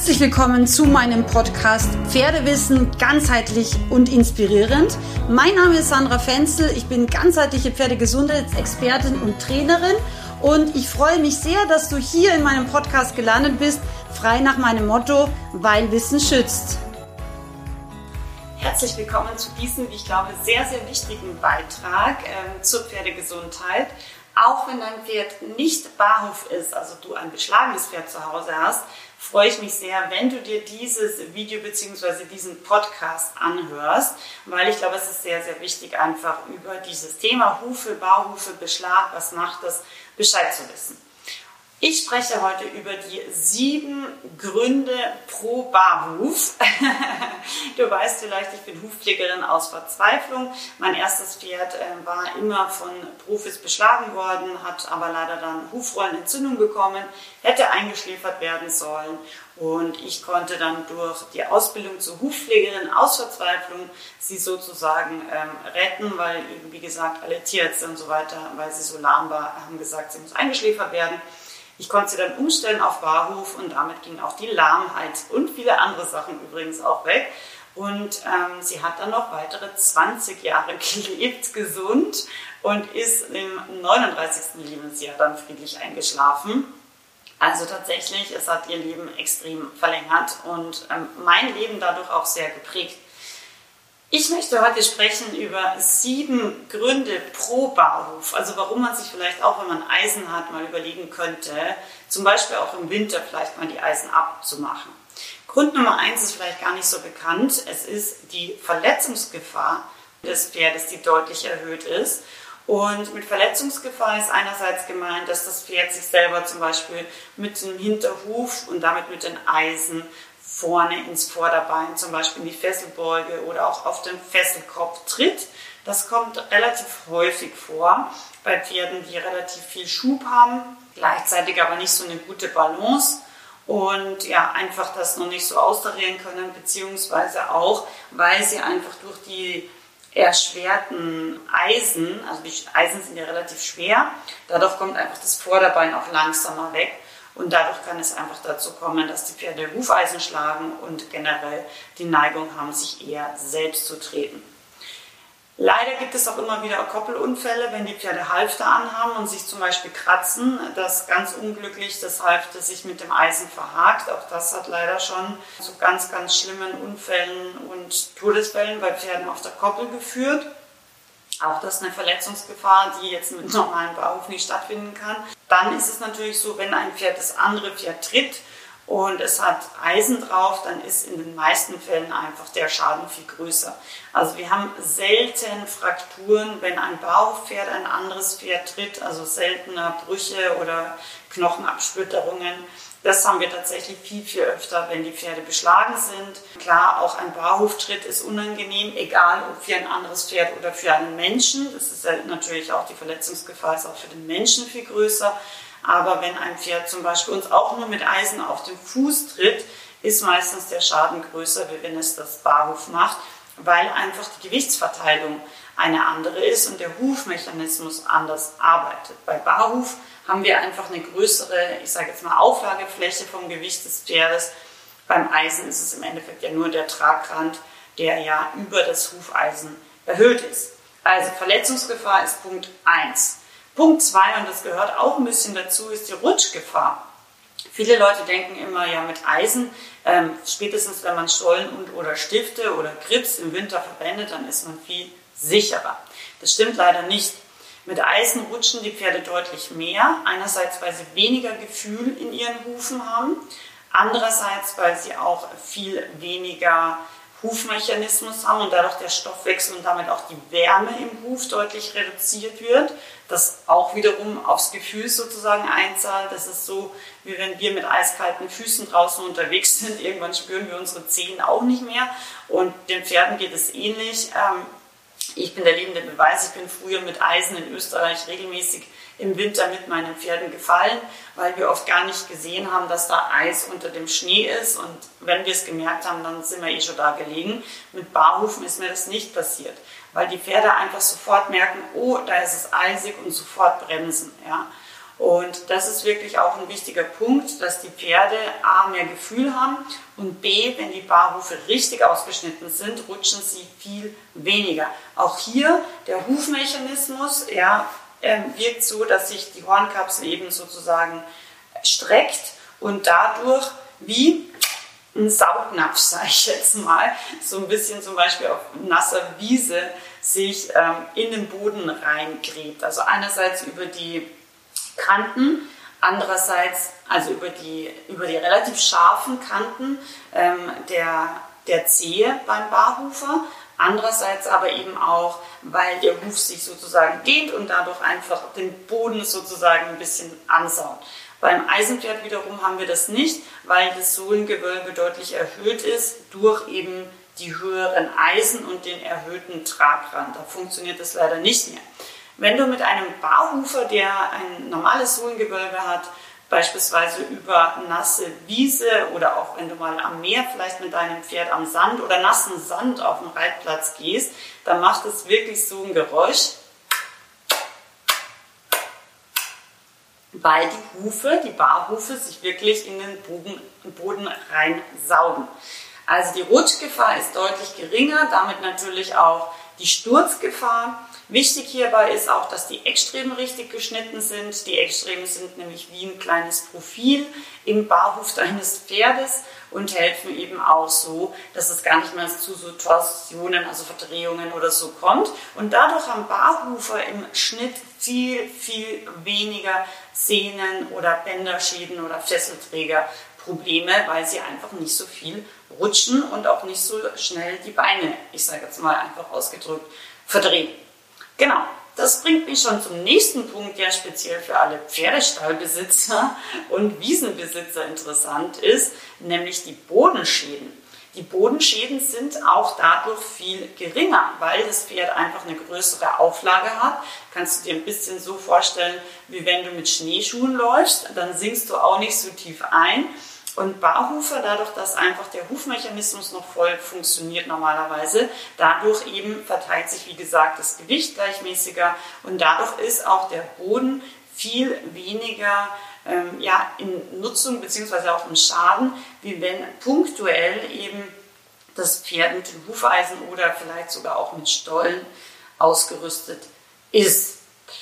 Herzlich willkommen zu meinem Podcast Pferdewissen ganzheitlich und inspirierend. Mein Name ist Sandra Fenzel, ich bin ganzheitliche Pferdegesundheitsexpertin und Trainerin und ich freue mich sehr, dass du hier in meinem Podcast gelandet bist, frei nach meinem Motto, weil Wissen schützt. Herzlich willkommen zu diesem, wie ich glaube, sehr, sehr wichtigen Beitrag zur Pferdegesundheit. Auch wenn dein Pferd nicht Barhof ist, also du ein beschlagenes Pferd zu Hause hast, freue ich mich sehr, wenn du dir dieses Video bzw. diesen Podcast anhörst, weil ich glaube, es ist sehr, sehr wichtig, einfach über dieses Thema Hufe, Barhufe, Beschlag, was macht das, Bescheid zu wissen. Ich spreche heute über die 7 Gründe pro Barhuf. Du weißt vielleicht, ich bin Hufpflegerin aus Verzweiflung. Mein erstes Pferd war immer von Profis beschlagen worden, hat aber leider dann Hufrollenentzündung bekommen, hätte eingeschläfert werden sollen. Und ich konnte dann durch die Ausbildung zur Hufpflegerin aus Verzweiflung sie sozusagen retten, weil, wie gesagt, alle Tierärzte und so weiter, weil sie so lahm war, haben gesagt, sie muss eingeschläfert werden. Ich konnte sie dann umstellen auf Barhof und damit ging auch die Lahmheit und viele andere Sachen übrigens auch weg. Und sie hat dann noch weitere 20 Jahre gelebt, gesund und ist im 39. Lebensjahr dann friedlich eingeschlafen. Also tatsächlich, es hat ihr Leben extrem verlängert und mein Leben dadurch auch sehr geprägt. Ich möchte heute sprechen über 7 Gründe pro Barhof, also warum man sich vielleicht auch, wenn man Eisen hat, mal überlegen könnte, zum Beispiel auch im Winter vielleicht mal die Eisen abzumachen. Grund Nummer 1 ist vielleicht gar nicht so bekannt, es ist die Verletzungsgefahr des Pferdes, die deutlich erhöht ist. Und mit Verletzungsgefahr ist einerseits gemeint, dass das Pferd sich selber zum Beispiel mit dem Hinterhuf und damit mit den Eisen vorne ins Vorderbein, zum Beispiel in die Fesselbeuge oder auch auf den Fesselkopf tritt. Das kommt relativ häufig vor bei Pferden, die relativ viel Schub haben, gleichzeitig aber nicht so eine gute Balance und ja, einfach das noch nicht so austarieren können, beziehungsweise auch, weil sie einfach durch die erschwerten Eisen, also die Eisen sind ja relativ schwer, dadurch kommt einfach das Vorderbein auch langsamer weg. Und dadurch kann es einfach dazu kommen, dass die Pferde Hufeisen schlagen und generell die Neigung haben, sich eher selbst zu treten. Leider gibt es auch immer wieder Koppelunfälle, wenn die Pferde Halfter anhaben und sich zum Beispiel kratzen, dass ganz unglücklich das Halfter sich mit dem Eisen verhakt. Auch das hat leider schon zu ganz, ganz schlimmen Unfällen und Todesfällen bei Pferden auf der Koppel geführt. Auch das ist eine Verletzungsgefahr, die jetzt mit normalen Barhof nicht stattfinden kann. Dann ist es natürlich so, wenn ein Pferd das andere Pferd tritt und es hat Eisen drauf, dann ist in den meisten Fällen einfach der Schaden viel größer. Also wir haben selten Frakturen, wenn ein Barhofpferd ein anderes Pferd tritt, also seltener Brüche oder Knochenabsplitterungen. Das haben wir tatsächlich viel, viel öfter, wenn die Pferde beschlagen sind. Klar, auch ein Barhoftritt ist unangenehm, egal ob für ein anderes Pferd oder für einen Menschen. Das ist ja natürlich auch, die Verletzungsgefahr ist auch für den Menschen viel größer. Aber wenn ein Pferd zum Beispiel uns auch nur mit Eisen auf den Fuß tritt, ist meistens der Schaden größer, wie wenn es das Barhof macht, weil einfach die Gewichtsverteilung eine andere ist und der Hufmechanismus anders arbeitet. Bei Barhof haben wir einfach eine größere, ich sage jetzt mal, Auflagefläche vom Gewicht des Pferdes. Beim Eisen ist es im Endeffekt ja nur der Tragrand, der ja über das Hufeisen erhöht ist. Also Verletzungsgefahr ist Punkt 1. Punkt 2, und das gehört auch ein bisschen dazu, ist die Rutschgefahr. Viele Leute denken immer, ja mit Eisen, spätestens wenn man Stollen oder Stifte oder Grips im Winter verwendet, dann ist man viel sicherer. Das stimmt leider nicht. Mit Eisen rutschen die Pferde deutlich mehr. Einerseits, weil sie weniger Gefühl in ihren Hufen haben. Andererseits, weil sie auch viel weniger Hufmechanismus haben und dadurch der Stoffwechsel und damit auch die Wärme im Huf deutlich reduziert wird. Das auch wiederum aufs Gefühl sozusagen einzahlt. Das ist so, wie wenn wir mit eiskalten Füßen draußen unterwegs sind. Irgendwann spüren wir unsere Zehen auch nicht mehr. Und den Pferden geht es ähnlich. Ich bin der lebende Beweis, ich bin früher mit Eisen in Österreich regelmäßig im Winter mit meinen Pferden gefallen, weil wir oft gar nicht gesehen haben, dass da Eis unter dem Schnee ist. Und wenn wir es gemerkt haben, dann sind wir eh schon da gelegen. Mit Barhufen ist mir das nicht passiert, weil die Pferde einfach sofort merken, oh, da ist es eisig und sofort bremsen. Ja. Und das ist wirklich auch ein wichtiger Punkt, dass die Pferde A, mehr Gefühl haben und B, wenn die Barhufe richtig ausgeschnitten sind, rutschen sie viel weniger. Auch hier der Hufmechanismus wirkt so, dass sich die Hornkapsel eben sozusagen streckt und dadurch wie ein Saugnapf, sage ich jetzt mal, so ein bisschen zum Beispiel auf nasser Wiese sich in den Boden reingräbt. Also einerseits über die Kanten, andererseits also über die relativ scharfen Kanten der Zehe beim Barhufer, andererseits aber eben auch, weil der Huf sich sozusagen dehnt und dadurch einfach den Boden sozusagen ein bisschen ansaugt. Beim Eisenpferd wiederum haben wir das nicht, weil das Sohlengewölbe deutlich erhöht ist durch eben die höheren Eisen und den erhöhten Tragrand. Da funktioniert das leider nicht mehr. Wenn du mit einem Barhufer, der ein normales Sohlengewölbe hat, beispielsweise über nasse Wiese oder auch wenn du mal am Meer vielleicht mit deinem Pferd am Sand oder nassen Sand auf dem Reitplatz gehst, dann macht es wirklich so ein Geräusch, weil die Barhufe sich wirklich in den Boden reinsaugen. Also die Rutschgefahr ist deutlich geringer, damit natürlich auch die Sturzgefahr. Wichtig hierbei ist auch, dass die Eckstreben richtig geschnitten sind. Die Eckstreben sind nämlich wie ein kleines Profil im Barhuf deines Pferdes und helfen eben auch so, dass es gar nicht mehr zu so Torsionen, also Verdrehungen oder so kommt. Und dadurch haben Barhufer im Schnitt viel, viel weniger Sehnen- oder Bänderschäden oder Fesselträgerprobleme, weil sie einfach nicht so viel rutschen und auch nicht so schnell die Beine, ich sage jetzt mal einfach ausgedrückt, verdrehen. Genau, das bringt mich schon zum nächsten Punkt, der speziell für alle Pferdestallbesitzer und Wiesenbesitzer interessant ist, nämlich die Bodenschäden. Die Bodenschäden sind auch dadurch viel geringer, weil das Pferd einfach eine größere Auflage hat. Kannst du dir ein bisschen so vorstellen, wie wenn du mit Schneeschuhen läufst, dann sinkst du auch nicht so tief ein. Und Barhufer, dadurch, dass einfach der Hufmechanismus noch voll funktioniert normalerweise, dadurch eben verteilt sich, wie gesagt, das Gewicht gleichmäßiger und dadurch ist auch der Boden viel weniger in Nutzung bzw. auch im Schaden, wie wenn punktuell eben das Pferd mit den Hufeisen oder vielleicht sogar auch mit Stollen ausgerüstet ist.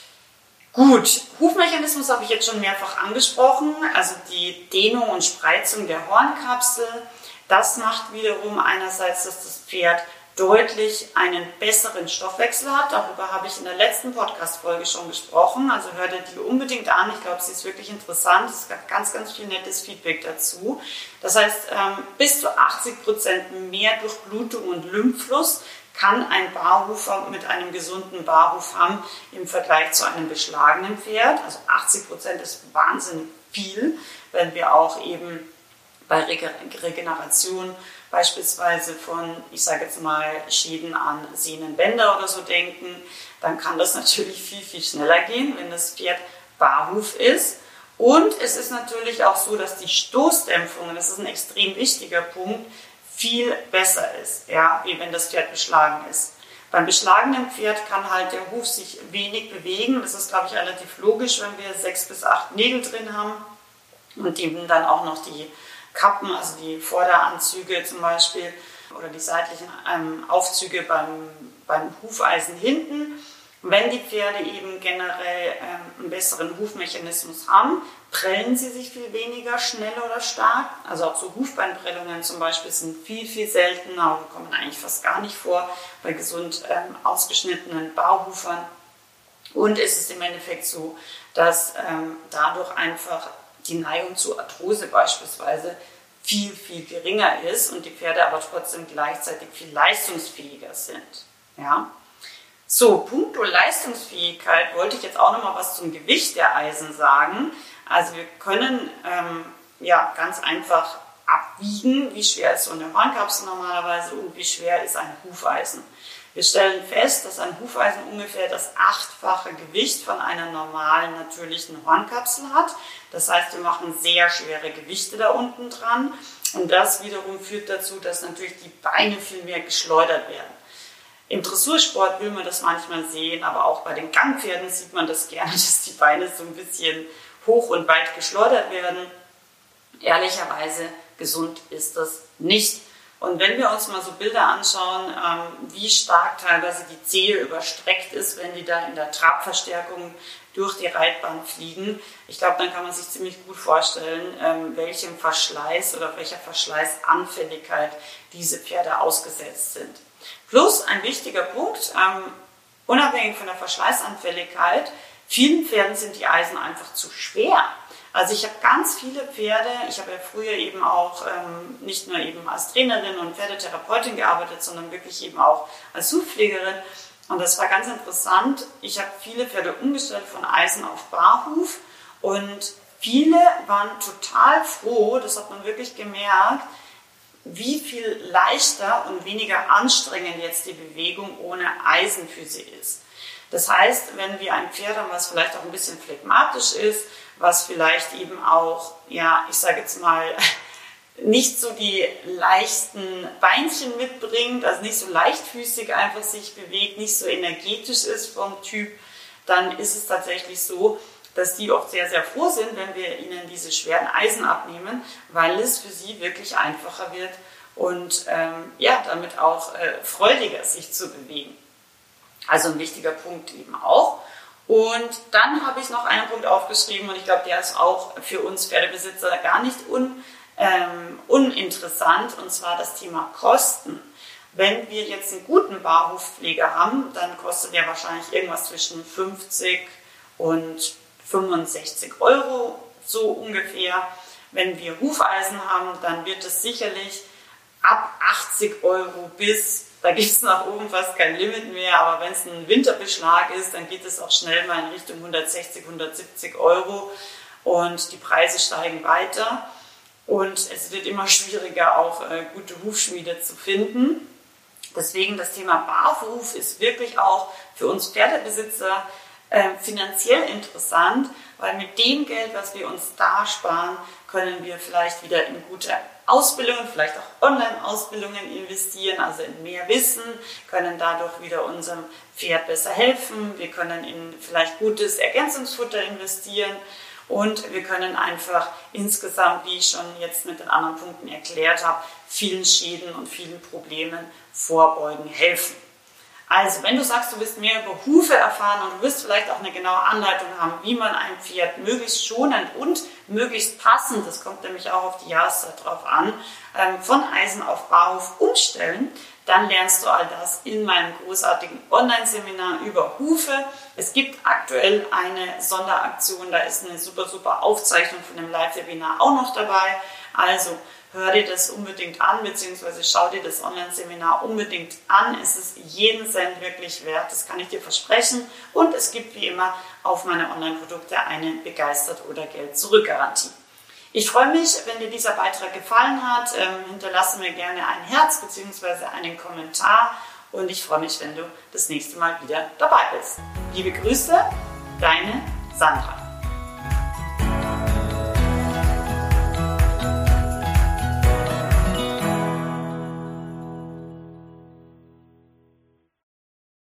Gut, Hufmechanismus habe ich jetzt schon mehrfach angesprochen, also die Dehnung und Spreizung der Hornkapsel. Das macht wiederum einerseits, dass das Pferd deutlich einen besseren Stoffwechsel hat. Darüber habe ich in der letzten Podcast-Folge schon gesprochen, also hör dir die unbedingt an. Ich glaube, sie ist wirklich interessant. Es gab ganz, ganz viel nettes Feedback dazu. Das heißt, bis zu 80% mehr Durchblutung und Lymphfluss kann ein Barhufer mit einem gesunden Barhuf haben im Vergleich zu einem beschlagenen Pferd. Also 80% ist wahnsinnig viel, wenn wir auch eben bei Regeneration beispielsweise von, ich sage jetzt mal, Schäden an Sehnenbänder oder so denken, dann kann das natürlich viel, viel schneller gehen, wenn das Pferd Barhuf ist. Und es ist natürlich auch so, dass die Stoßdämpfung, das ist ein extrem wichtiger Punkt, viel besser ist, ja, wie wenn das Pferd beschlagen ist. Beim beschlagenen Pferd kann halt der Huf sich wenig bewegen. Das ist, glaube ich, relativ logisch, wenn wir 6 bis 8 Nägel drin haben und eben dann auch noch die Kappen, also die Vorderanzüge zum Beispiel oder die seitlichen Aufzüge beim Hufeisen hinten. Wenn die Pferde eben generell einen besseren Hufmechanismus haben, prellen sie sich viel weniger schnell oder stark. Also auch so Hufbeinprellungen zum Beispiel sind viel, viel seltener und kommen eigentlich fast gar nicht vor bei gesund ausgeschnittenen Barhufern. Und es ist im Endeffekt so, dass dadurch einfach die Neigung zu Arthrose beispielsweise viel, viel geringer ist und die Pferde aber trotzdem gleichzeitig viel leistungsfähiger sind. Ja? So, puncto Leistungsfähigkeit wollte ich jetzt auch noch mal was zum Gewicht der Eisen sagen. Also wir können ganz einfach abwiegen, wie schwer ist so eine Hornkapsel normalerweise und wie schwer ist ein Hufeisen. Wir stellen fest, dass ein Hufeisen ungefähr das 8-fache Gewicht von einer normalen, natürlichen Hornkapsel hat. Das heißt, wir machen sehr schwere Gewichte da unten dran und das wiederum führt dazu, dass natürlich die Beine viel mehr geschleudert werden. Im Dressursport will man das manchmal sehen, aber auch bei den Gangpferden sieht man das gerne, dass die Beine so ein bisschen hoch und weit geschleudert werden. Ehrlicherweise gesund ist das nicht. Und wenn wir uns mal so Bilder anschauen, wie stark teilweise die Zehe überstreckt ist, wenn die da in der Trabverstärkung durch die Reitbahn fliegen, ich glaube, dann kann man sich ziemlich gut vorstellen, welchem Verschleiß oder welcher Verschleißanfälligkeit diese Pferde ausgesetzt sind. Plus ein wichtiger Punkt, unabhängig von der Verschleißanfälligkeit, vielen Pferden sind die Eisen einfach zu schwer. Also ich habe ganz viele Pferde, ich habe ja früher eben auch nicht nur eben als Trainerin und Pferdetherapeutin gearbeitet, sondern wirklich eben auch als Hufpflegerin. Und das war ganz interessant. Ich habe viele Pferde umgestellt von Eisen auf Barhuf und viele waren total froh, das hat man wirklich gemerkt, wie viel leichter und weniger anstrengend jetzt die Bewegung ohne Eisen für sie ist. Das heißt, wenn wir ein Pferd haben, was vielleicht auch ein bisschen phlegmatisch ist, was vielleicht eben auch, ja, ich sage jetzt mal, nicht so die leichten Beinchen mitbringt, also nicht so leichtfüßig einfach sich bewegt, nicht so energetisch ist vom Typ, dann ist es tatsächlich so, dass die auch sehr, sehr froh sind, wenn wir ihnen diese schweren Eisen abnehmen, weil es für sie wirklich einfacher wird und damit auch freudiger sich zu bewegen. Also ein wichtiger Punkt eben auch. Und dann habe ich noch einen Punkt aufgeschrieben und ich glaube, der ist auch für uns Pferdebesitzer gar nicht uninteressant, und zwar das Thema Kosten. Wenn wir jetzt einen guten Barhufpfleger haben, dann kostet der wahrscheinlich irgendwas zwischen 50 und 65 € so ungefähr. Wenn wir Hufeisen haben, dann wird es sicherlich ab 80 € bis, da gibt es nach oben fast kein Limit mehr, aber wenn es ein Winterbeschlag ist, dann geht es auch schnell mal in Richtung 160, 170 € und die Preise steigen weiter und es wird immer schwieriger, auch gute Hufschmiede zu finden. Deswegen das Thema Barhuf ist wirklich auch für uns Pferdebesitzer finanziell interessant, weil mit dem Geld, was wir uns da sparen, können wir vielleicht wieder in gute Ausbildungen, vielleicht auch Online-Ausbildungen investieren, also in mehr Wissen, können dadurch wieder unserem Pferd besser helfen, wir können in vielleicht gutes Ergänzungsfutter investieren und wir können einfach insgesamt, wie ich schon jetzt mit den anderen Punkten erklärt habe, vielen Schäden und vielen Problemen vorbeugen helfen. Also, wenn du sagst, du willst mehr über Hufe erfahren und du willst vielleicht auch eine genaue Anleitung haben, wie man ein Pferd möglichst schonend und möglichst passend, das kommt nämlich auch auf die Jahreszeit drauf an, von Eisen auf Barhuf umstellen, dann lernst du all das in meinem großartigen Online-Seminar über Hufe. Es gibt aktuell eine Sonderaktion, da ist eine super Aufzeichnung von dem Live-Webinar auch noch dabei. Also, hör dir das unbedingt an, beziehungsweise schau dir das Online-Seminar unbedingt an. Es ist jeden Cent wirklich wert, das kann ich dir versprechen. Und es gibt wie immer auf meine Online-Produkte eine Begeistert- oder Geld-Zurück-Garantie. Ich freue mich, wenn dir dieser Beitrag gefallen hat. Hinterlasse mir gerne ein Herz beziehungsweise einen Kommentar. Und ich freue mich, wenn du das nächste Mal wieder dabei bist. Liebe Grüße, deine Sandra.